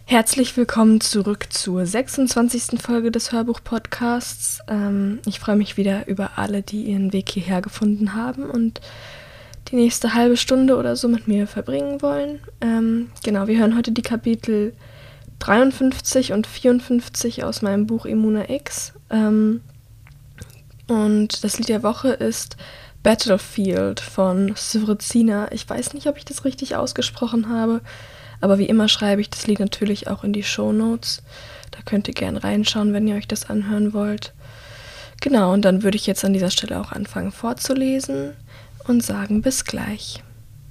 Herzlich willkommen zurück zur 26. Folge des Hörbuch-Podcasts. Ich freue mich wieder über alle, die ihren Weg hierher gefunden haben und die nächste halbe Stunde oder so mit mir verbringen wollen. Wir hören heute die Kapitel 53 und 54 aus meinem Buch Immuna X. Und das Lied der Woche ist Battlefield von Svrzyna. Ich weiß nicht, ob ich das richtig ausgesprochen habe, aber wie immer schreibe ich das Lied natürlich auch in die Shownotes. Da könnt ihr gerne reinschauen, wenn ihr euch das anhören wollt. Genau, und dann würde ich jetzt an dieser Stelle auch anfangen vorzulesen und sagen bis gleich.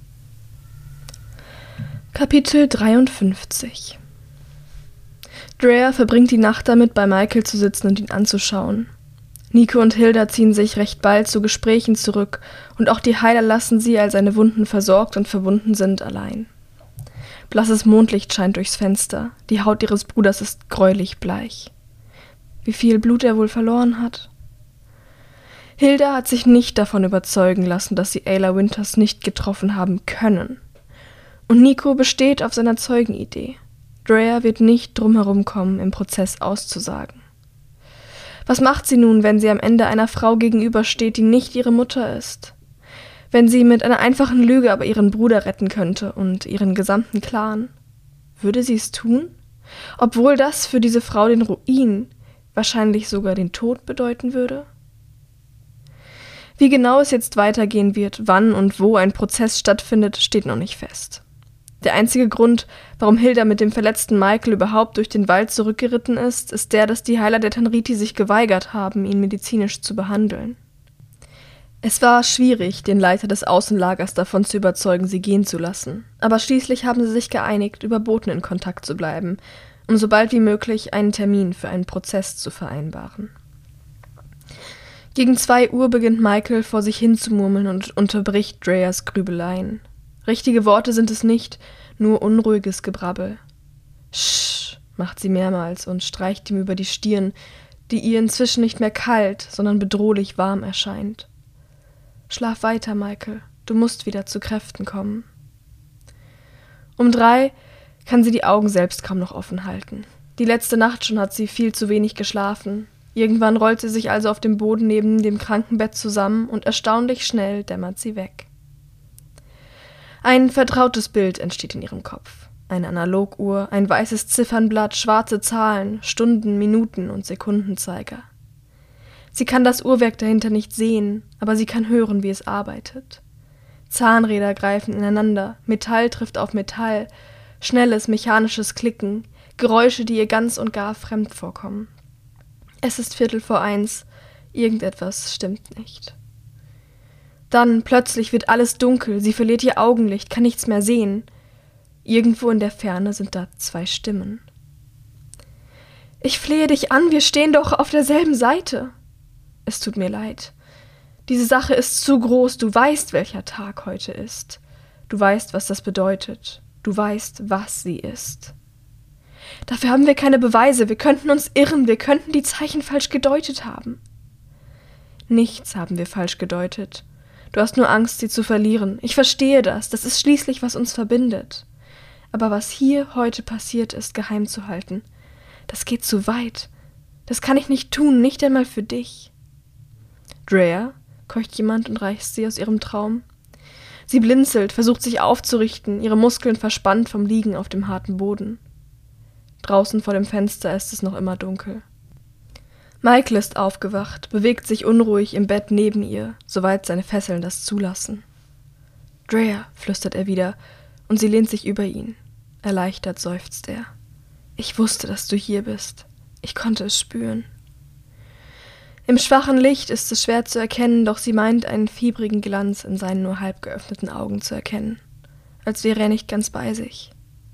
Kapitel 53. Drea verbringt die Nacht damit, bei Michael zu sitzen und ihn anzuschauen. Nico und Hilda ziehen sich recht bald zu Gesprächen zurück und auch die Heiler lassen sie, als seine Wunden versorgt und verwunden sind, allein. Blasses Mondlicht scheint durchs Fenster. Die Haut ihres Bruders ist gräulich bleich. Wie viel Blut er wohl verloren hat? Hilda hat sich nicht davon überzeugen lassen, dass sie Ayla Winters nicht getroffen haben können. Und Nico besteht auf seiner Zeugenidee. Drea wird nicht drumherum kommen, im Prozess auszusagen. Was macht sie nun, wenn sie am Ende einer Frau gegenübersteht, die nicht ihre Mutter ist? Wenn sie mit einer einfachen Lüge aber ihren Bruder retten könnte und ihren gesamten Clan, würde sie es tun? Obwohl das für diese Frau den Ruin, wahrscheinlich sogar den Tod bedeuten würde? Wie genau es jetzt weitergehen wird, wann und wo ein Prozess stattfindet, steht noch nicht fest. Der einzige Grund, warum Hilda mit dem verletzten Michael überhaupt durch den Wald zurückgeritten ist der, dass die Heiler der Tanriti sich geweigert haben, ihn medizinisch zu behandeln. Es war schwierig, den Leiter des Außenlagers davon zu überzeugen, sie gehen zu lassen. Aber schließlich haben sie sich geeinigt, über Boten in Kontakt zu bleiben, um so bald wie möglich einen Termin für einen Prozess zu vereinbaren. Gegen 2 Uhr beginnt Michael vor sich hin zu murmeln und unterbricht Dreas Grübeleien. Richtige Worte sind es nicht, nur unruhiges Gebrabbel. Sch, macht sie mehrmals und streicht ihm über die Stirn, die ihr inzwischen nicht mehr kalt, sondern bedrohlich warm erscheint. Schlaf weiter, Michael. Du musst wieder zu Kräften kommen. Um 3 kann sie die Augen selbst kaum noch offen halten. Die letzte Nacht schon hat sie viel zu wenig geschlafen. Irgendwann rollt sie sich also auf dem Boden neben dem Krankenbett zusammen und erstaunlich schnell dämmert sie weg. Ein vertrautes Bild entsteht in ihrem Kopf. Eine Analoguhr, ein weißes Ziffernblatt, schwarze Zahlen, Stunden, Minuten und Sekundenzeiger. Sie kann das Uhrwerk dahinter nicht sehen, aber sie kann hören, wie es arbeitet. Zahnräder greifen ineinander, Metall trifft auf Metall, schnelles mechanisches Klicken, Geräusche, die ihr ganz und gar fremd vorkommen. Es ist 1:15, irgendetwas stimmt nicht. Dann plötzlich wird alles dunkel, sie verliert ihr Augenlicht, kann nichts mehr sehen. Irgendwo in der Ferne sind da 2 Stimmen. »Ich flehe dich an, wir stehen doch auf derselben Seite.« Es tut mir leid. Diese Sache ist zu groß. Du weißt, welcher Tag heute ist. Du weißt, was das bedeutet. Du weißt, was sie ist. Dafür haben wir keine Beweise. Wir könnten uns irren. Wir könnten die Zeichen falsch gedeutet haben. Nichts haben wir falsch gedeutet. Du hast nur Angst, sie zu verlieren. Ich verstehe das. Das ist schließlich, was uns verbindet. Aber was hier heute passiert ist, geheim zu halten, das geht zu weit. Das kann ich nicht tun, nicht einmal für dich. Drea, keucht jemand und reißt sie aus ihrem Traum. Sie blinzelt, versucht sich aufzurichten, ihre Muskeln verspannt vom Liegen auf dem harten Boden. Draußen vor dem Fenster ist es noch immer dunkel. Michael ist aufgewacht, bewegt sich unruhig im Bett neben ihr, soweit seine Fesseln das zulassen. »Drea«, flüstert er wieder, und sie lehnt sich über ihn. Erleichtert seufzt er. »Ich wusste, dass du hier bist. Ich konnte es spüren.« Im schwachen Licht ist es schwer zu erkennen, doch sie meint, einen fiebrigen Glanz in seinen nur halb geöffneten Augen zu erkennen, als wäre er nicht ganz bei sich.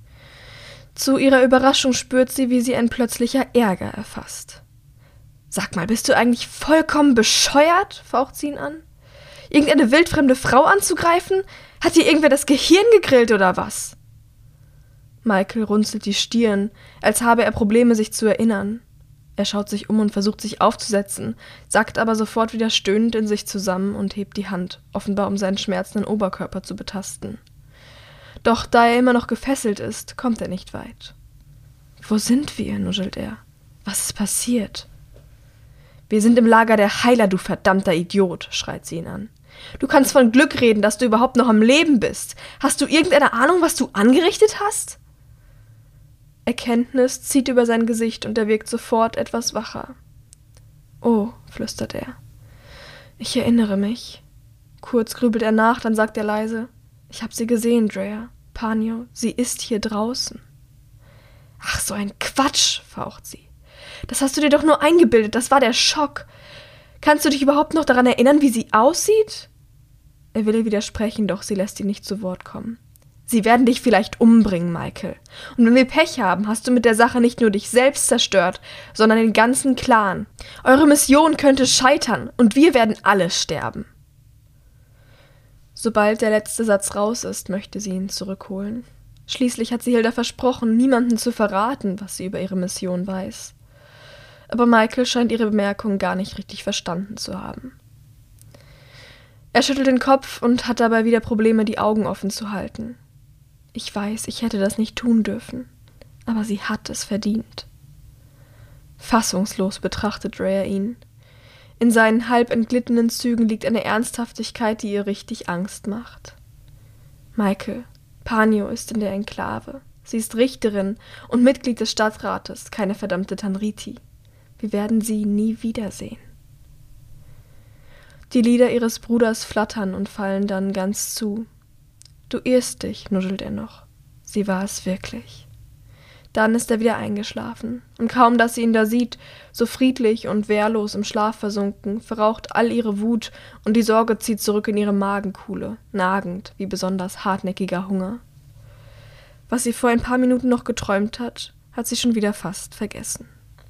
Zu ihrer Überraschung spürt sie, wie sie ein plötzlicher Ärger erfasst. »Sag mal, bist du eigentlich vollkommen bescheuert?«, faucht sie ihn an. »Irgendeine wildfremde Frau anzugreifen? Hat dir irgendwer das Gehirn gegrillt oder was?« Michael runzelt die Stirn, als habe er Probleme, sich zu erinnern. Er schaut sich um und versucht, sich aufzusetzen, sackt aber sofort wieder stöhnend in sich zusammen und hebt die Hand, offenbar um seinen schmerzenden Oberkörper zu betasten. Doch da er immer noch gefesselt ist, kommt er nicht weit. Wo sind wir?, nuschelt er. Was ist passiert? Wir sind im Lager der Heiler, du verdammter Idiot, schreit sie ihn an. Du kannst von Glück reden, dass du überhaupt noch am Leben bist. Hast du irgendeine Ahnung, was du angerichtet hast? Erkenntnis zieht über sein Gesicht und er wirkt sofort etwas wacher. Oh, flüstert er. Ich erinnere mich. Kurz grübelt er nach, dann sagt er leise. Ich habe sie gesehen, Drea. Panio, sie ist hier draußen. Ach, so ein Quatsch, faucht sie. Das hast du dir doch nur eingebildet, das war der Schock. Kannst du dich überhaupt noch daran erinnern, wie sie aussieht? Er will ihr widersprechen, doch sie lässt ihn nicht zu Wort kommen. Sie werden dich vielleicht umbringen, Michael. Und wenn wir Pech haben, hast du mit der Sache nicht nur dich selbst zerstört, sondern den ganzen Clan. Eure Mission könnte scheitern und wir werden alle sterben. Sobald der letzte Satz raus ist, möchte sie ihn zurückholen. Schließlich hat sie Hilda versprochen, niemandem zu verraten, was sie über ihre Mission weiß. Aber Michael scheint ihre Bemerkung gar nicht richtig verstanden zu haben. Er schüttelt den Kopf und hat dabei wieder Probleme, die Augen offen zu halten. Ich weiß, ich hätte das nicht tun dürfen, aber sie hat es verdient. Fassungslos betrachtet Drea ihn. In seinen halb entglittenen Zügen liegt eine Ernsthaftigkeit, die ihr richtig Angst macht. Michael, Panio ist in der Enklave. Sie ist Richterin und Mitglied des Stadtrates, keine verdammte Tanriti. Wir werden sie nie wiedersehen. Die Lider ihres Bruders flattern und fallen dann ganz zu. Du irrst dich, nuschelt er noch. Sie war es wirklich. Dann ist er wieder eingeschlafen, und kaum, dass sie ihn da sieht, so friedlich und wehrlos im Schlaf versunken, verraucht all ihre Wut und die Sorge zieht zurück in ihre Magenkuhle, nagend wie besonders hartnäckiger Hunger. Was sie vor ein paar Minuten noch geträumt hat, hat sie schon wieder fast vergessen.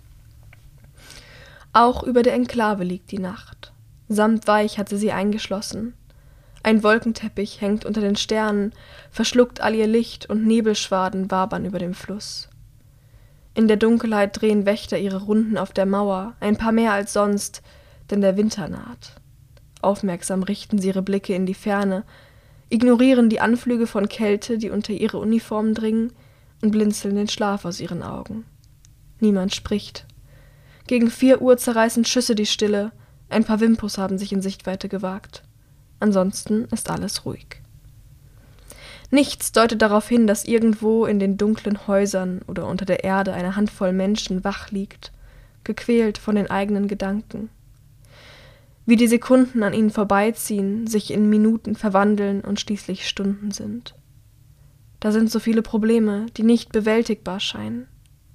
Auch über der Enklave liegt die Nacht. Samtweich hat sie eingeschlossen. Ein Wolkenteppich hängt unter den Sternen, verschluckt all ihr Licht und Nebelschwaden wabern über dem Fluss. In der Dunkelheit drehen Wächter ihre Runden auf der Mauer, ein paar mehr als sonst, denn der Winter naht. Aufmerksam richten sie ihre Blicke in die Ferne, ignorieren die Anflüge von Kälte, die unter ihre Uniformen dringen, und blinzeln den Schlaf aus ihren Augen. Niemand spricht. Gegen 4 Uhr zerreißen Schüsse die Stille, ein paar Wimpus haben sich in Sichtweite gewagt. Ansonsten ist alles ruhig. Nichts deutet darauf hin, dass irgendwo in den dunklen Häusern oder unter der Erde eine Handvoll Menschen wach liegt, gequält von den eigenen Gedanken. Wie die Sekunden an ihnen vorbeiziehen, sich in Minuten verwandeln und schließlich Stunden sind. Da sind so viele Probleme, die nicht bewältigbar scheinen.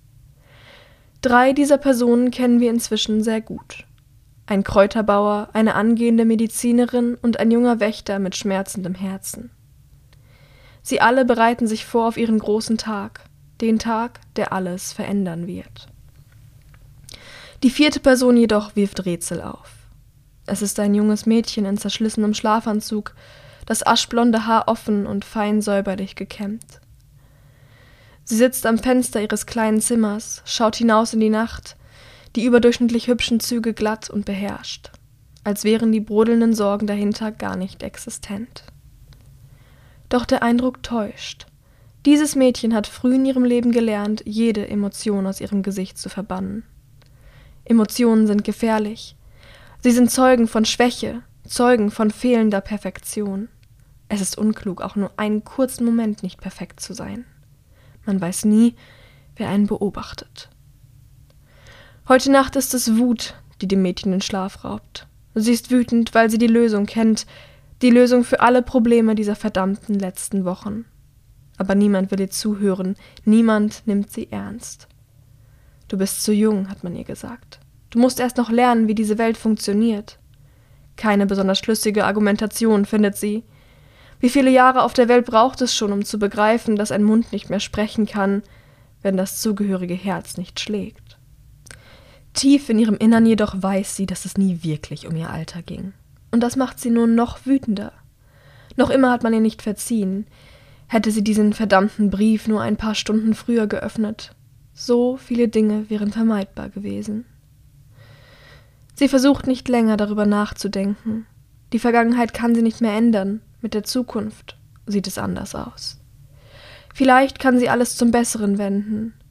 3 dieser Personen kennen wir inzwischen sehr gut. Ein Kräuterbauer, eine angehende Medizinerin und ein junger Wächter mit schmerzendem Herzen. Sie alle bereiten sich vor auf ihren großen Tag, den Tag, der alles verändern wird. Die 4. Person jedoch wirft Rätsel auf. Es ist ein junges Mädchen in zerschlissenem Schlafanzug, das aschblonde Haar offen und fein säuberlich gekämmt. Sie sitzt am Fenster ihres kleinen Zimmers, schaut hinaus in die Nacht, die überdurchschnittlich hübschen Züge glatt und beherrscht, als wären die brodelnden Sorgen dahinter gar nicht existent. Doch der Eindruck täuscht. Dieses Mädchen hat früh in ihrem Leben gelernt, jede Emotion aus ihrem Gesicht zu verbannen. Emotionen sind gefährlich. Sie sind Zeugen von Schwäche, Zeugen von fehlender Perfektion. Es ist unklug, auch nur einen kurzen Moment nicht perfekt zu sein. Man weiß nie, wer einen beobachtet. Heute Nacht ist es Wut, die dem Mädchen den Schlaf raubt. Sie ist wütend, weil sie die Lösung kennt, die Lösung für alle Probleme dieser verdammten letzten Wochen. Aber niemand will ihr zuhören, niemand nimmt sie ernst. Du bist zu jung, hat man ihr gesagt. Du musst erst noch lernen, wie diese Welt funktioniert. Keine besonders schlüssige Argumentation, findet sie. Wie viele Jahre auf der Welt braucht es schon, um zu begreifen, dass ein Mund nicht mehr sprechen kann, wenn das zugehörige Herz nicht schlägt? Tief in ihrem Innern jedoch weiß sie, dass es nie wirklich um ihr Alter ging. Und das macht sie nur noch wütender. Noch immer hat man ihr nicht verziehen. Hätte sie diesen verdammten Brief nur ein paar Stunden früher geöffnet. So viele Dinge wären vermeidbar gewesen. Sie versucht nicht länger darüber nachzudenken. Die Vergangenheit kann sie nicht mehr ändern. Mit der Zukunft sieht es anders aus. Vielleicht kann sie alles zum Besseren wenden.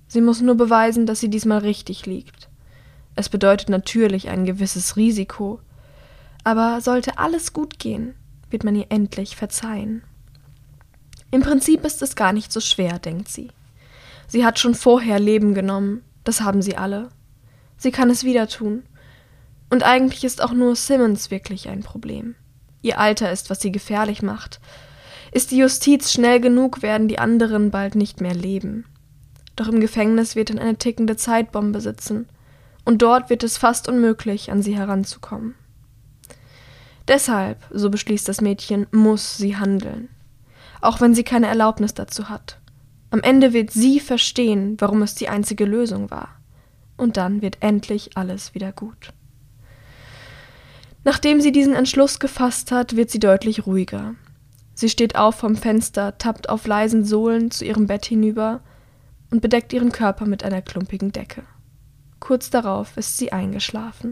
Sie muss nur beweisen, dass sie diesmal richtig liegt. Es bedeutet natürlich ein gewisses Risiko, aber sollte alles gut gehen, wird man ihr endlich verzeihen. Im Prinzip ist es gar nicht so schwer, denkt sie. Sie hat schon vorher Leben genommen, das haben sie alle. Sie kann es wieder tun. Und eigentlich ist auch nur Simmons wirklich ein Problem. Ihr Alter ist, was sie gefährlich macht. Ist die Justiz schnell genug, werden die anderen bald nicht mehr leben. Doch im Gefängnis wird dann eine tickende Zeitbombe sitzen. Und dort wird es fast unmöglich, an sie heranzukommen. Deshalb, so beschließt das Mädchen, muss sie handeln. Auch wenn sie keine Erlaubnis dazu hat. Am Ende wird sie verstehen, warum es die einzige Lösung war. Und dann wird endlich alles wieder gut. Nachdem sie diesen Entschluss gefasst hat, wird sie deutlich ruhiger. Sie steht auf vom Fenster, tappt auf leisen Sohlen zu ihrem Bett hinüber und bedeckt ihren Körper mit einer klumpigen Decke. Kurz darauf ist sie eingeschlafen.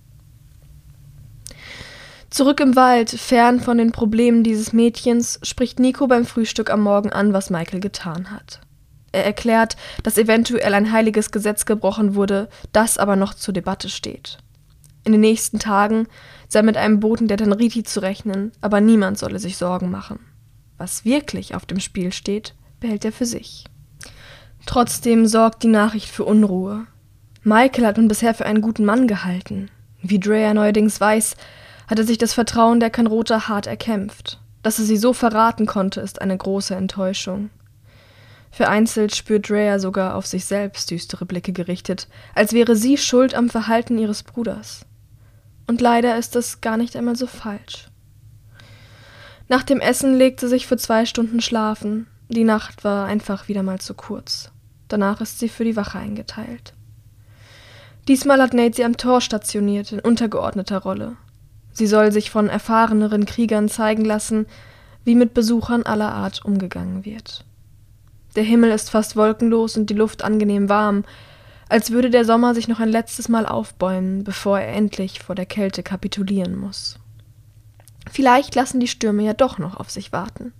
Zurück im Wald, fern von den Problemen dieses Mädchens, spricht Nico beim Frühstück am Morgen an, was Michael getan hat. Er erklärt, dass eventuell ein heiliges Gesetz gebrochen wurde, das aber noch zur Debatte steht. In den nächsten Tagen sei mit einem Boten der Tanriti zu rechnen, aber niemand solle sich Sorgen machen. Was wirklich auf dem Spiel steht, behält er für sich. Trotzdem sorgt die Nachricht für Unruhe. Michael hat ihn bisher für einen guten Mann gehalten. Wie Drea neuerdings weiß, hat er sich das Vertrauen der Kanrota hart erkämpft. Dass er sie so verraten konnte, ist eine große Enttäuschung. Vereinzelt spürt Drea sogar auf sich selbst düstere Blicke gerichtet, als wäre sie schuld am Verhalten ihres Bruders. Und leider ist das gar nicht einmal so falsch. Nach dem Essen legt sie sich für 2 Stunden schlafen. Die Nacht war einfach wieder mal zu kurz. Danach ist sie für die Wache eingeteilt. Diesmal hat Nate sie am Tor stationiert, in untergeordneter Rolle. Sie soll sich von erfahreneren Kriegern zeigen lassen, wie mit Besuchern aller Art umgegangen wird. Der Himmel ist fast wolkenlos und die Luft angenehm warm, als würde der Sommer sich noch ein letztes Mal aufbäumen, bevor er endlich vor der Kälte kapitulieren muss. Vielleicht lassen die Stürme ja doch noch auf sich warten.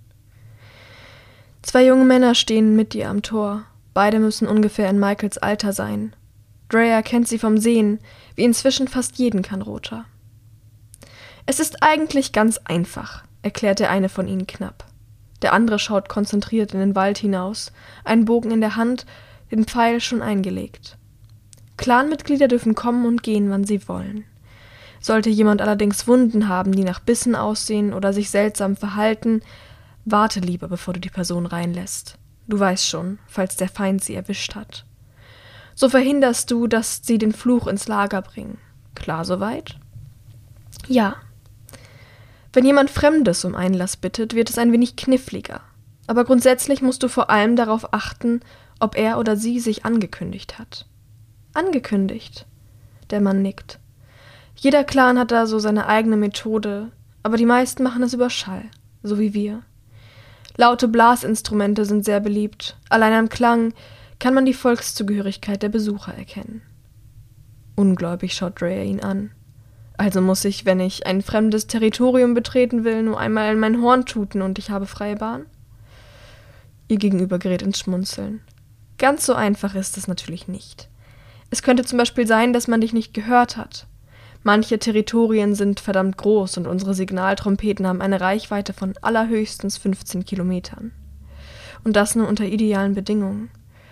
2 junge Männer stehen mit ihr am Tor. Beide müssen ungefähr in Michaels Alter sein. Drea kennt sie vom Sehen, wie inzwischen fast jeden Kanrota. »Es ist eigentlich ganz einfach«, erklärt der eine von ihnen knapp. Der andere schaut konzentriert in den Wald hinaus, einen Bogen in der Hand, den Pfeil schon eingelegt. Clanmitglieder dürfen kommen und gehen, wann sie wollen. Sollte jemand allerdings Wunden haben, die nach Bissen aussehen oder sich seltsam verhalten, warte lieber, bevor du die Person reinlässt. Du weißt schon, falls der Feind sie erwischt hat. So verhinderst du, dass sie den Fluch ins Lager bringen. Klar soweit? Ja. Wenn jemand Fremdes um Einlass bittet, wird es ein wenig kniffliger. Aber grundsätzlich musst du vor allem darauf achten, ob er oder sie sich angekündigt hat. Angekündigt? Der Mann nickt. Jeder Clan hat da so seine eigene Methode, aber die meisten machen es über Schall, so wie wir. Laute Blasinstrumente sind sehr beliebt. Allein am Klang kann man die Volkszugehörigkeit der Besucher erkennen. Ungläubig schaut Drea ihn an. Also muss ich, wenn ich ein fremdes Territorium betreten will, nur einmal in mein Horn tuten und ich habe freie Bahn? Ihr Gegenüber gerät ins Schmunzeln. Ganz so einfach ist es natürlich nicht. Es könnte zum Beispiel sein, dass man dich nicht gehört hat. Manche Territorien sind verdammt groß und unsere Signaltrompeten haben eine Reichweite von allerhöchstens 15 Kilometern. Und das nur unter idealen Bedingungen.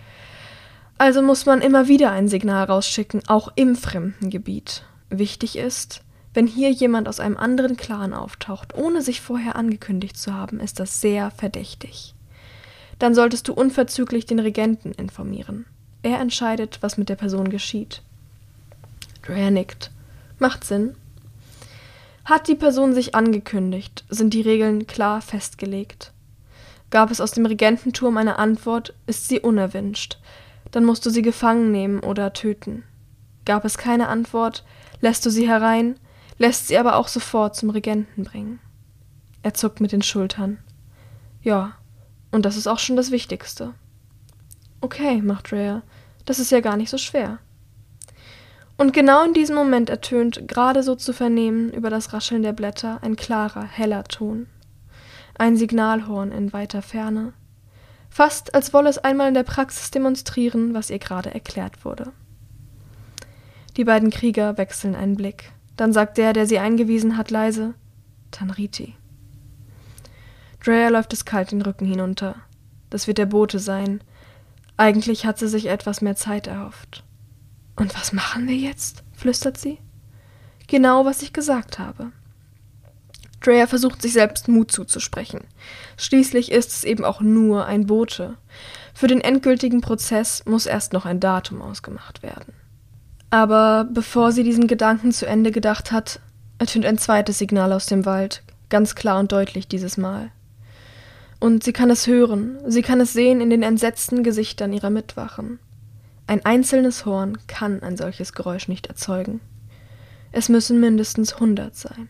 Also muss man immer wieder ein Signal rausschicken, auch im fremden Gebiet. Wichtig ist, wenn hier jemand aus einem anderen Clan auftaucht, ohne sich vorher angekündigt zu haben, ist das sehr verdächtig. Dann solltest du unverzüglich den Regenten informieren. Er entscheidet, was mit der Person geschieht. Drea nickt. Macht Sinn. Hat die Person sich angekündigt, sind die Regeln klar festgelegt. Gab es aus dem Regententurm eine Antwort, ist sie unerwünscht. Dann musst du sie gefangen nehmen oder töten. Gab es keine Antwort, lässt du sie herein, lässt sie aber auch sofort zum Regenten bringen. Er zuckt mit den Schultern. Ja, und das ist auch schon das Wichtigste. Okay, macht Drea, das ist ja gar nicht so schwer. Und genau in diesem Moment ertönt, gerade so zu vernehmen, über das Rascheln der Blätter, ein klarer, heller Ton. Ein Signalhorn in weiter Ferne. Fast als wolle es einmal in der Praxis demonstrieren, was ihr gerade erklärt wurde. Die beiden Krieger wechseln einen Blick. Dann sagt der sie eingewiesen hat, leise: Tanriti. Drea läuft es kalt den Rücken hinunter. Das wird der Bote sein. Eigentlich hat sie sich etwas mehr Zeit erhofft. »Und was machen wir jetzt?« flüstert sie. »Genau, was ich gesagt habe.« Drea versucht, sich selbst Mut zuzusprechen. Schließlich ist es eben auch nur ein Bote. Für den endgültigen Prozess muss erst noch ein Datum ausgemacht werden. Aber bevor sie diesen Gedanken zu Ende gedacht hat, ertönt ein zweites Signal aus dem Wald, ganz klar und deutlich dieses Mal. Und sie kann es hören, sie kann es sehen in den entsetzten Gesichtern ihrer Mitwachen. Ein einzelnes Horn kann ein solches Geräusch nicht erzeugen. Es müssen mindestens 100 sein.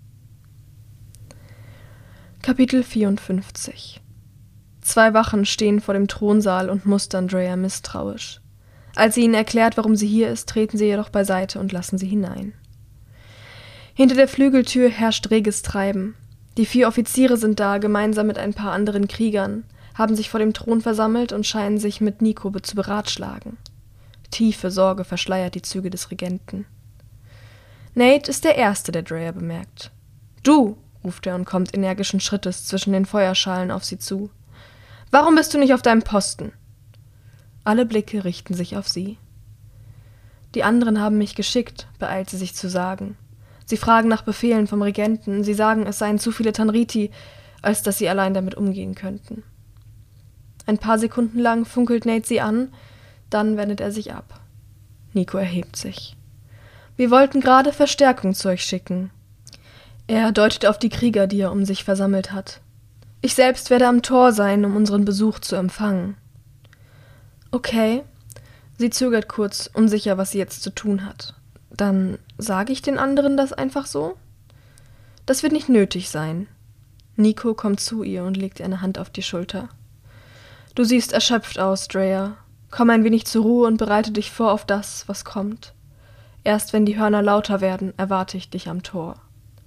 Kapitel 54. 2 Wachen stehen vor dem Thronsaal und mustern Drea misstrauisch. Als sie ihnen erklärt, warum sie hier ist, treten sie jedoch beiseite und lassen sie hinein. Hinter der Flügeltür herrscht reges Treiben. Die 4 Offiziere sind da, gemeinsam mit ein paar anderen Kriegern, haben sich vor dem Thron versammelt und scheinen sich mit Nico zu beratschlagen. Tiefe Sorge verschleiert die Züge des Regenten. Nate ist der Erste, der Drea bemerkt. »Du«, ruft er und kommt energischen Schrittes zwischen den Feuerschalen auf sie zu. »Warum bist du nicht auf deinem Posten?« Alle Blicke richten sich auf sie. »Die anderen haben mich geschickt«, beeilt sie sich zu sagen. Sie fragen nach Befehlen vom Regenten, sie sagen, es seien zu viele Tanriti, als dass sie allein damit umgehen könnten. Ein paar Sekunden lang funkelt Nate sie an, dann wendet er sich ab. Nico erhebt sich. »Wir wollten gerade Verstärkung zu euch schicken.« Er deutet auf die Krieger, die er um sich versammelt hat. »Ich selbst werde am Tor sein, um unseren Besuch zu empfangen.« »Okay.« Sie zögert kurz, unsicher, was sie jetzt zu tun hat. »Dann sage ich den anderen das einfach so?« »Das wird nicht nötig sein.« Nico kommt zu ihr und legt ihr eine Hand auf die Schulter. »Du siehst erschöpft aus, Drea. Komm ein wenig zur Ruhe und bereite dich vor auf das, was kommt. Erst wenn die Hörner lauter werden, erwarte ich dich am Tor.«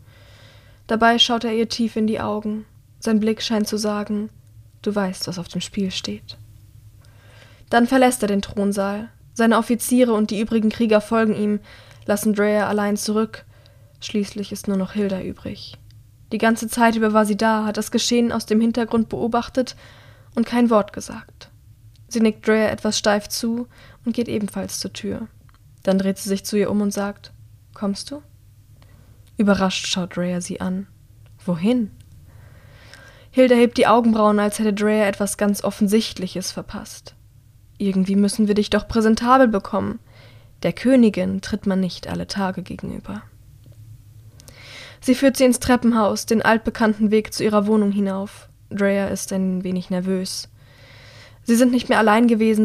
Dabei schaut er ihr tief in die Augen. Sein Blick scheint zu sagen, du weißt, was auf dem Spiel steht. Dann verlässt er den Thronsaal. Seine Offiziere und die übrigen Krieger folgen ihm, lassen Drea allein zurück. Schließlich ist nur noch Hilda übrig. Die ganze Zeit über war sie da, hat das Geschehen aus dem Hintergrund beobachtet und kein Wort gesagt. Sie nickt Drea etwas steif zu und geht ebenfalls zur Tür. Dann dreht sie sich zu ihr um und sagt, »Kommst du?« Überrascht schaut Drea sie an. »Wohin?« Hilda hebt die Augenbrauen, als hätte Drea etwas ganz Offensichtliches verpasst. »Irgendwie müssen wir dich doch präsentabel bekommen. Der Königin tritt man nicht alle Tage gegenüber.« Sie führt sie ins Treppenhaus, den altbekannten Weg zu ihrer Wohnung hinauf. Drea ist ein wenig nervös. Sie sind nicht mehr allein gewesen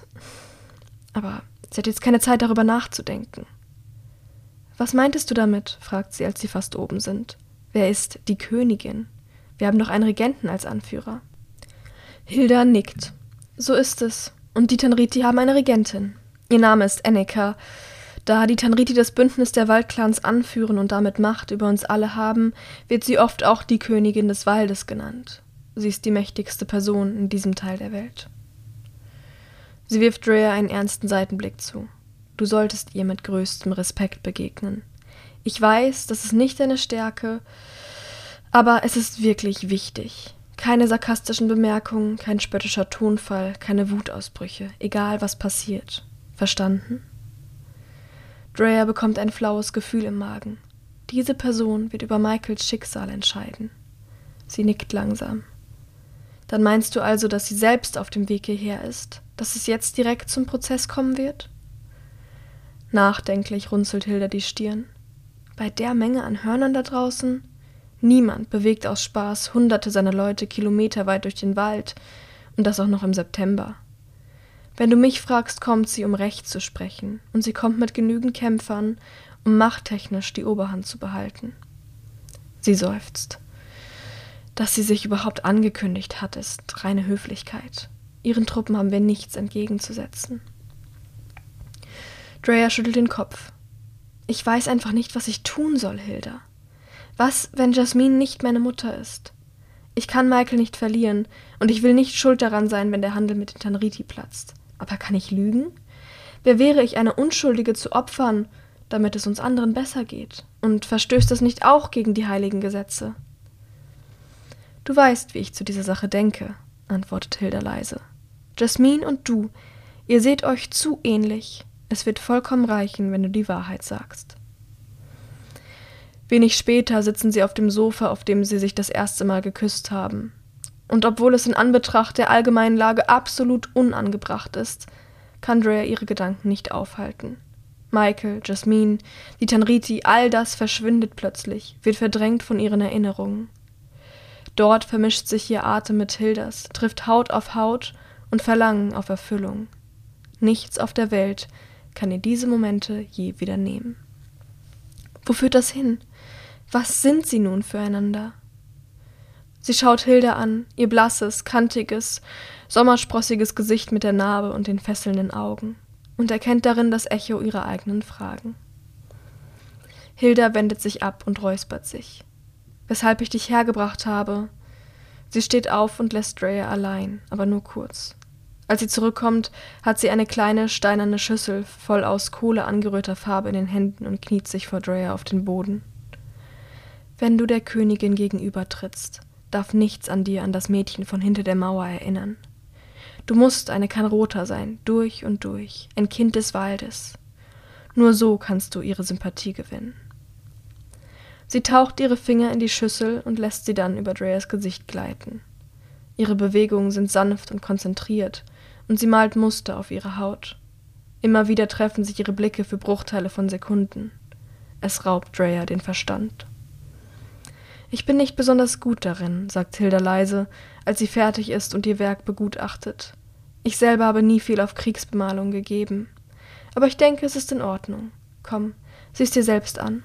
Aber sie hat jetzt keine Zeit, darüber nachzudenken. »Was meintest du damit?« fragt sie, als sie fast oben sind. »Wer ist die Königin? Wir haben doch einen Regenten als Anführer.« Hilda nickt. »So ist es. Und die Tanriti haben eine Regentin. Ihr Name ist Enneka. Da die Tanriti das Bündnis der Waldclans anführen und damit Macht über uns alle haben, wird sie oft auch die Königin des Waldes genannt. Sie ist die mächtigste Person in diesem Teil der Welt.« Sie wirft Drea einen ernsten Seitenblick zu. »Du solltest ihr mit größtem Respekt begegnen. Ich weiß, das ist nicht deine Stärke, aber es ist wirklich wichtig. Keine sarkastischen Bemerkungen, kein spöttischer Tonfall, keine Wutausbrüche, egal was passiert. Verstanden?« Drea bekommt ein flaues Gefühl im Magen. Diese Person wird über Michaels Schicksal entscheiden. Sie nickt langsam. »Dann meinst du also, dass sie selbst auf dem Weg hierher ist? Dass es jetzt direkt zum Prozess kommen wird?« Nachdenklich runzelt Hilda die Stirn. Bei der Menge an Hörnern da draußen? Niemand bewegt aus Spaß Hunderte seiner Leute kilometerweit durch den Wald, und das auch noch im September. Wenn du mich fragst, kommt sie, um Recht zu sprechen, und sie kommt mit genügend Kämpfern, um machttechnisch die Oberhand zu behalten. Sie seufzt. Dass sie sich überhaupt angekündigt hat, ist reine Höflichkeit. Ihren Truppen haben wir nichts entgegenzusetzen. Drea schüttelt den Kopf. Ich weiß einfach nicht, was ich tun soll, Hilda. Was, wenn Jasmine nicht meine Mutter ist? Ich kann Michael nicht verlieren und ich will nicht schuld daran sein, wenn der Handel mit den Tanriti platzt. Aber kann ich lügen? Wer wäre ich, eine Unschuldige zu opfern, damit es uns anderen besser geht? Und verstößt das nicht auch gegen die heiligen Gesetze? Du weißt, wie ich zu dieser Sache denke, antwortet Hilda leise. Jasmine und du, ihr seht euch zu ähnlich. Es wird vollkommen reichen, wenn du die Wahrheit sagst. Wenig später sitzen sie auf dem Sofa, auf dem sie sich das erste Mal geküsst haben. Und obwohl es in Anbetracht der allgemeinen Lage absolut unangebracht ist, kann Drea ihre Gedanken nicht aufhalten. Michael, Jasmine, die Tanriti, all das verschwindet plötzlich, wird verdrängt von ihren Erinnerungen. Dort vermischt sich ihr Atem mit Hildas, trifft Haut auf Haut und Verlangen auf Erfüllung. Nichts auf der Welt kann ihr diese Momente je wieder nehmen. Wo führt das hin? Was sind sie nun füreinander? Sie schaut Hilda an, ihr blasses, kantiges, sommersprossiges Gesicht mit der Narbe und den fesselnden Augen, und erkennt darin das Echo ihrer eigenen Fragen. Hilda wendet sich ab und räuspert sich. Weshalb ich dich hergebracht habe. Sie steht auf und lässt Drea allein, aber nur kurz. Als sie zurückkommt, hat sie eine kleine, steinerne Schüssel voll aus Kohle angerührter Farbe in den Händen und kniet sich vor Drea auf den Boden. Wenn du der Königin gegenübertrittst, darf nichts an dir an das Mädchen von hinter der Mauer erinnern. Du musst eine Kanrota sein, durch und durch, ein Kind des Waldes. Nur so kannst du ihre Sympathie gewinnen. Sie taucht ihre Finger in die Schüssel und lässt sie dann über Dreas Gesicht gleiten. Ihre Bewegungen sind sanft und konzentriert, und sie malt Muster auf ihre Haut. Immer wieder treffen sich ihre Blicke für Bruchteile von Sekunden. Es raubt Drea den Verstand. »Ich bin nicht besonders gut darin«, sagt Hilda leise, als sie fertig ist und ihr Werk begutachtet. »Ich selber habe nie viel auf Kriegsbemalung gegeben. Aber ich denke, es ist in Ordnung. Komm, sieh's dir selbst an.«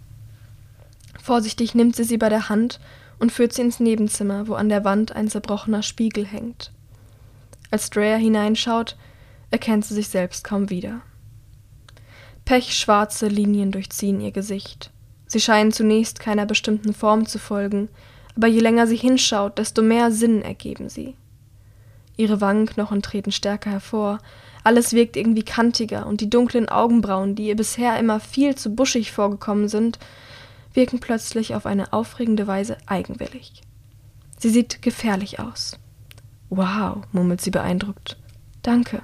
Vorsichtig nimmt sie bei der Hand und führt sie ins Nebenzimmer, wo an der Wand ein zerbrochener Spiegel hängt. Als Drea hineinschaut, erkennt sie sich selbst kaum wieder. Pechschwarze Linien durchziehen ihr Gesicht. Sie scheinen zunächst keiner bestimmten Form zu folgen, aber je länger sie hinschaut, desto mehr Sinn ergeben sie. Ihre Wangenknochen treten stärker hervor, alles wirkt irgendwie kantiger und die dunklen Augenbrauen, die ihr bisher immer viel zu buschig vorgekommen sind, wirken plötzlich auf eine aufregende Weise eigenwillig. Sie sieht gefährlich aus. »Wow«, murmelt sie beeindruckt. »Danke.«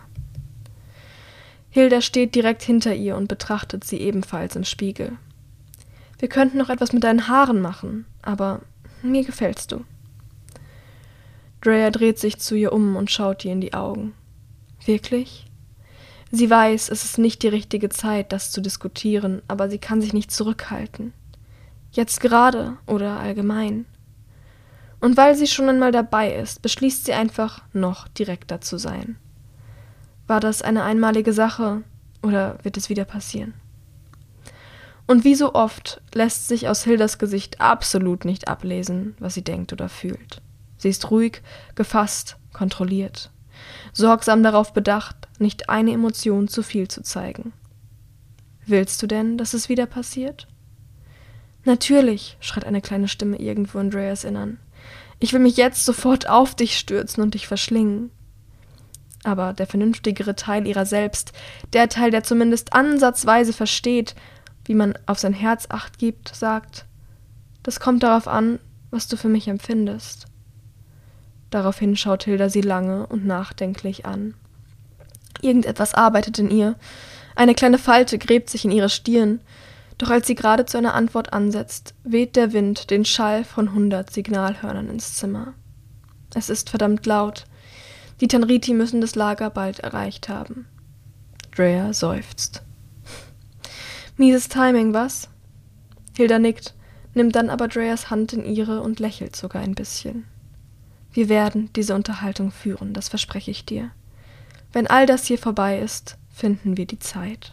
Hilda steht direkt hinter ihr und betrachtet sie ebenfalls im Spiegel. »Wir könnten noch etwas mit deinen Haaren machen, aber mir gefällst du.« Drea dreht sich zu ihr um und schaut ihr in die Augen. »Wirklich?« Sie weiß, es ist nicht die richtige Zeit, das zu diskutieren, aber sie kann sich nicht zurückhalten. Jetzt gerade oder allgemein. Und weil sie schon einmal dabei ist, beschließt sie einfach, noch direkter zu sein. War das eine einmalige Sache oder wird es wieder passieren? Und wie so oft lässt sich aus Hildas Gesicht absolut nicht ablesen, was sie denkt oder fühlt. Sie ist ruhig, gefasst, kontrolliert, sorgsam darauf bedacht, nicht eine Emotion zu viel zu zeigen. »Willst du denn, dass es wieder passiert?« »Natürlich«, schreit eine kleine Stimme irgendwo in Dreas Innern. »Ich will mich jetzt sofort auf dich stürzen und dich verschlingen.« Aber der vernünftigere Teil ihrer selbst, der Teil, der zumindest ansatzweise versteht, wie man auf sein Herz Acht gibt, sagt, »Das kommt darauf an, was du für mich empfindest.« Daraufhin schaut Hilda sie lange und nachdenklich an. Irgendetwas arbeitet in ihr. Eine kleine Falte gräbt sich in ihre Stirn. Doch als sie gerade zu einer Antwort ansetzt, weht der Wind den Schall von 100 Signalhörnern ins Zimmer. Es ist verdammt laut. Die Tanriti müssen das Lager bald erreicht haben. Drea seufzt. Mieses Timing, was? Hilda nickt, nimmt dann aber Dreas Hand in ihre und lächelt sogar ein bisschen. Wir werden diese Unterhaltung führen, das verspreche ich dir. Wenn all das hier vorbei ist, finden wir die Zeit.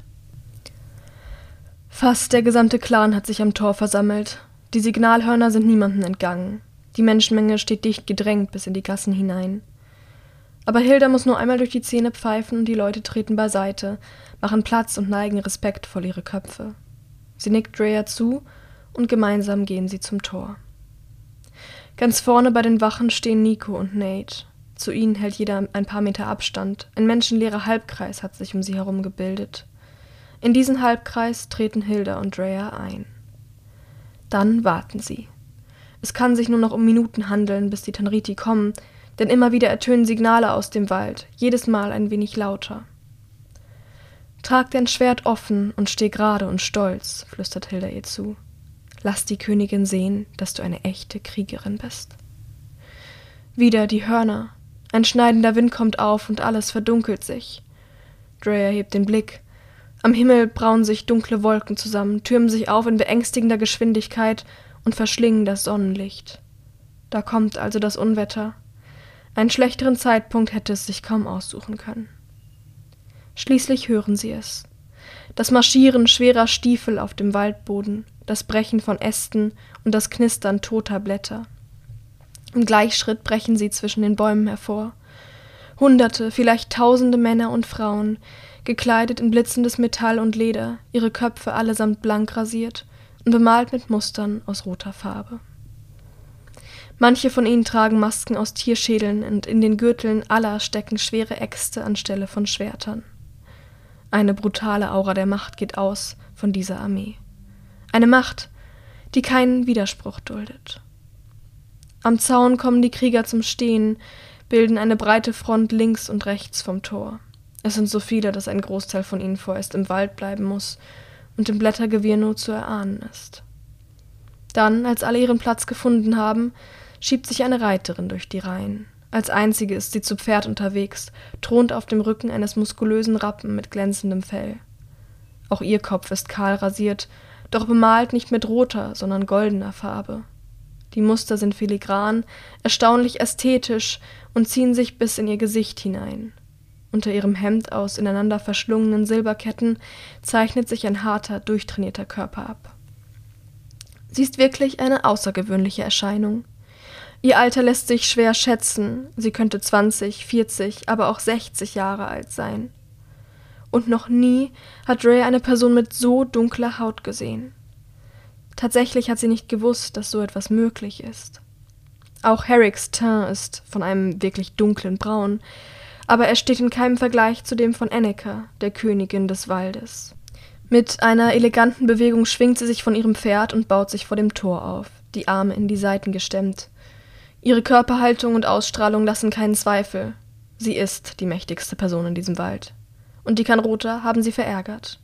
Fast der gesamte Clan hat sich am Tor versammelt. Die Signalhörner sind niemandem entgangen. Die Menschenmenge steht dicht gedrängt bis in die Gassen hinein. Aber Hilda muss nur einmal durch die Zähne pfeifen und die Leute treten beiseite, machen Platz und neigen respektvoll ihre Köpfe. Sie nickt Drea zu und gemeinsam gehen sie zum Tor. Ganz vorne bei den Wachen stehen Nico und Nate. Zu ihnen hält jeder ein paar Meter Abstand. Ein menschenleerer Halbkreis hat sich um sie herum gebildet. In diesen Halbkreis treten Hilda und Drea ein. Dann warten sie. Es kann sich nur noch um Minuten handeln, bis die Tanriti kommen, denn immer wieder ertönen Signale aus dem Wald, jedes Mal ein wenig lauter. »Trag dein Schwert offen und steh gerade und stolz«, flüstert Hilda ihr zu. »Lass die Königin sehen, dass du eine echte Kriegerin bist.« Wieder die Hörner. Ein schneidender Wind kommt auf und alles verdunkelt sich. Drea hebt den Blick. Am Himmel brauen sich dunkle Wolken zusammen, türmen sich auf in beängstigender Geschwindigkeit und verschlingen das Sonnenlicht. Da kommt also das Unwetter. Einen schlechteren Zeitpunkt hätte es sich kaum aussuchen können. Schließlich hören sie es. Das Marschieren schwerer Stiefel auf dem Waldboden, das Brechen von Ästen und das Knistern toter Blätter. Im Gleichschritt brechen sie zwischen den Bäumen hervor. Hunderte, vielleicht Tausende Männer und Frauen, gekleidet in blitzendes Metall und Leder, ihre Köpfe allesamt blank rasiert und bemalt mit Mustern aus roter Farbe. Manche von ihnen tragen Masken aus Tierschädeln und in den Gürteln aller stecken schwere Äxte anstelle von Schwertern. Eine brutale Aura der Macht geht aus von dieser Armee. Eine Macht, die keinen Widerspruch duldet. Am Zaun kommen die Krieger zum Stehen, bilden eine breite Front links und rechts vom Tor. Es sind so viele, dass ein Großteil von ihnen vorerst im Wald bleiben muss und im Blättergewirr nur zu erahnen ist. Dann, als alle ihren Platz gefunden haben, schiebt sich eine Reiterin durch die Reihen. Als einzige ist sie zu Pferd unterwegs, thront auf dem Rücken eines muskulösen Rappen mit glänzendem Fell. Auch ihr Kopf ist kahl rasiert, doch bemalt nicht mit roter, sondern goldener Farbe. Die Muster sind filigran, erstaunlich ästhetisch und ziehen sich bis in ihr Gesicht hinein. Unter ihrem Hemd aus ineinander verschlungenen Silberketten zeichnet sich ein harter, durchtrainierter Körper ab. Sie ist wirklich eine außergewöhnliche Erscheinung. Ihr Alter lässt sich schwer schätzen, sie könnte 20, 40, aber auch 60 Jahre alt sein. Und noch nie hat Drea eine Person mit so dunkler Haut gesehen. Tatsächlich hat sie nicht gewusst, dass so etwas möglich ist. Auch Herricks Teint ist von einem wirklich dunklen Braun, aber er steht in keinem Vergleich zu dem von Enneka, der Königin des Waldes. Mit einer eleganten Bewegung schwingt sie sich von ihrem Pferd und baut sich vor dem Tor auf, die Arme in die Seiten gestemmt. Ihre Körperhaltung und Ausstrahlung lassen keinen Zweifel. Sie ist die mächtigste Person in diesem Wald. Und die Kanroter haben sie verärgert.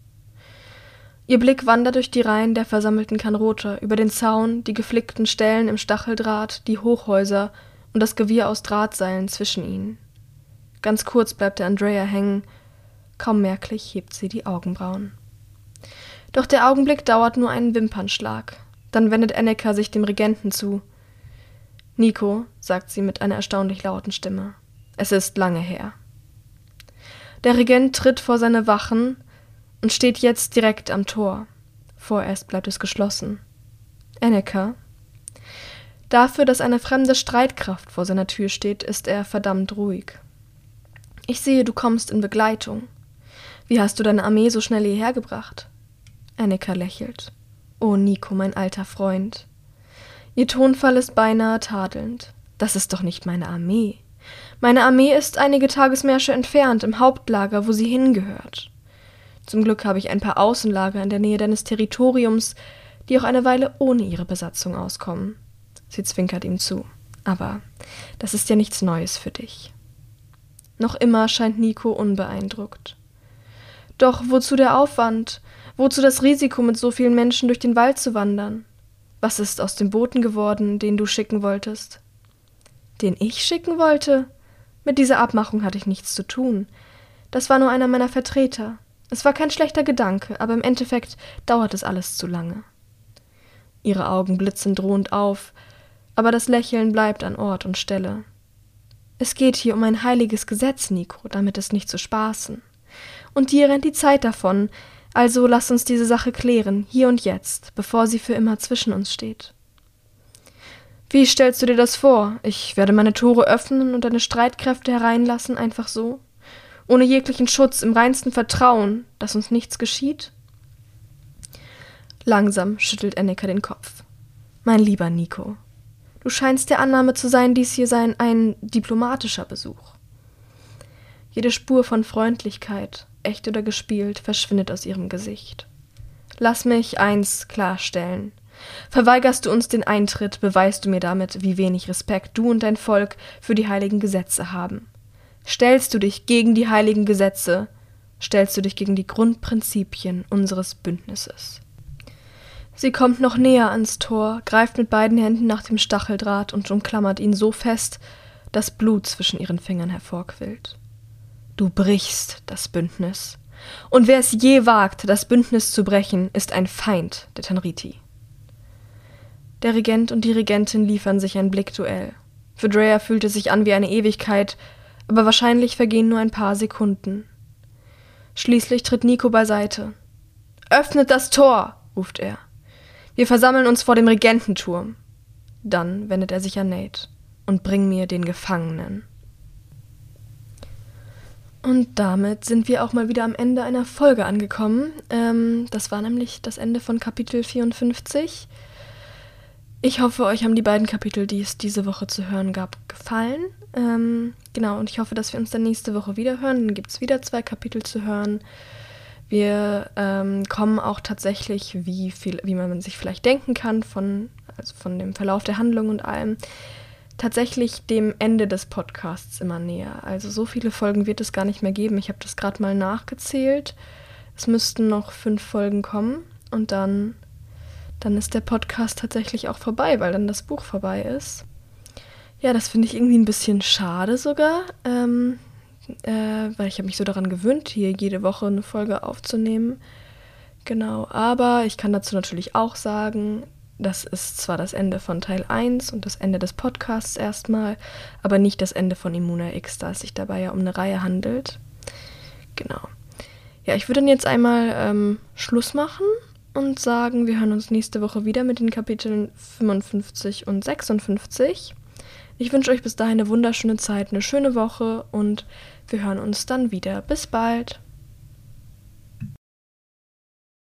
Ihr Blick wandert durch die Reihen der versammelten Kanroter, über den Zaun, die geflickten Stellen im Stacheldraht, die Hochhäuser und das Gewirr aus Drahtseilen zwischen ihnen. Ganz kurz bleibt er an Drea hängen, kaum merklich hebt sie die Augenbrauen. Doch der Augenblick dauert nur einen Wimpernschlag. Dann wendet Enneka sich dem Regenten zu. »Nico«, sagt sie mit einer erstaunlich lauten Stimme, »es ist lange her.« Der Regent tritt vor seine Wachen und steht jetzt direkt am Tor. Vorerst bleibt es geschlossen. »Enneka?« Dafür, dass eine fremde Streitkraft vor seiner Tür steht, ist er verdammt ruhig. »Ich sehe, du kommst in Begleitung. Wie hast du deine Armee so schnell hierher gebracht?« Enneka lächelt. »Oh, Nico, mein alter Freund.« Ihr Tonfall ist beinahe tadelnd. »Das ist doch nicht meine Armee. Meine Armee ist einige Tagesmärsche entfernt, im Hauptlager, wo sie hingehört. Zum Glück habe ich ein paar Außenlager in der Nähe deines Territoriums, die auch eine Weile ohne ihre Besatzung auskommen.« Sie zwinkert ihm zu. »Aber das ist ja nichts Neues für dich.« Noch immer scheint Nico unbeeindruckt. »Doch wozu der Aufwand? Wozu das Risiko, mit so vielen Menschen durch den Wald zu wandern? Was ist aus dem Boten geworden, den du schicken wolltest?« »Den ich schicken wollte? Mit dieser Abmachung hatte ich nichts zu tun. Das war nur einer meiner Vertreter. Es war kein schlechter Gedanke, aber im Endeffekt dauert es alles zu lange.« Ihre Augen blitzen drohend auf, aber das Lächeln bleibt an Ort und Stelle. »Es geht hier um ein heiliges Gesetz, Nico, damit ist nicht zu spaßen. Und dir rennt die Zeit davon, also lass uns diese Sache klären, hier und jetzt, bevor sie für immer zwischen uns steht.« »Wie stellst du dir das vor? Ich werde meine Tore öffnen und deine Streitkräfte hereinlassen, einfach so? Ohne jeglichen Schutz, im reinsten Vertrauen, dass uns nichts geschieht?« Langsam schüttelt Enneka den Kopf. »Mein lieber Nico, Du scheinst der Annahme zu sein, dies hier sei ein diplomatischer Besuch. Jede Spur von Freundlichkeit, echt oder gespielt, verschwindet aus ihrem Gesicht. Lass mich eins klarstellen. Verweigerst du uns den Eintritt, beweist du mir damit, wie wenig Respekt du und dein Volk für die heiligen Gesetze haben. Stellst du dich gegen die heiligen Gesetze, stellst du dich gegen die Grundprinzipien unseres Bündnisses. Sie kommt noch näher ans Tor, greift mit beiden Händen nach dem Stacheldraht und umklammert ihn so fest, dass Blut zwischen ihren Fingern hervorquillt. Du brichst das Bündnis. Und wer es je wagt, das Bündnis zu brechen, ist ein Feind der Tanriti. Der Regent und die Regentin liefern sich ein Blickduell. Für Drea fühlt es sich an wie eine Ewigkeit, aber wahrscheinlich vergehen nur ein paar Sekunden. Schließlich tritt Nico beiseite. »Öffnet das Tor«, ruft er. »Wir versammeln uns vor dem Regententurm.« Dann wendet er sich an Nate. »Und bring mir den Gefangenen.« Und damit sind wir auch mal wieder am Ende einer Folge angekommen. Das war nämlich das Ende von Kapitel 54. Ich hoffe, euch haben die beiden Kapitel, die es diese Woche zu hören gab, gefallen. Genau, und ich hoffe, dass wir uns dann nächste Woche wieder hören. Dann gibt es wieder 2 Kapitel zu hören. Wir kommen auch tatsächlich, wie man sich vielleicht denken kann, von dem Verlauf der Handlung und allem, tatsächlich dem Ende des Podcasts immer näher. Also so viele Folgen wird es gar nicht mehr geben. Ich habe das gerade mal nachgezählt. Es müssten noch 5 Folgen kommen und dann ist der Podcast tatsächlich auch vorbei, weil dann das Buch vorbei ist. Ja, das finde ich irgendwie ein bisschen schade sogar, weil ich habe mich so daran gewöhnt, hier jede Woche eine Folge aufzunehmen. Genau, aber ich kann dazu natürlich auch sagen, das ist zwar das Ende von Teil 1 und das Ende des Podcasts erstmal, aber nicht das Ende von Immuna X, da es sich dabei ja um eine Reihe handelt. Genau. Ja, ich würde dann jetzt einmal Schluss machen und sagen, wir hören uns nächste Woche wieder mit den Kapiteln 55 und 56. Ich wünsche euch bis dahin eine wunderschöne Zeit, eine schöne Woche und wir hören uns dann wieder. Bis bald!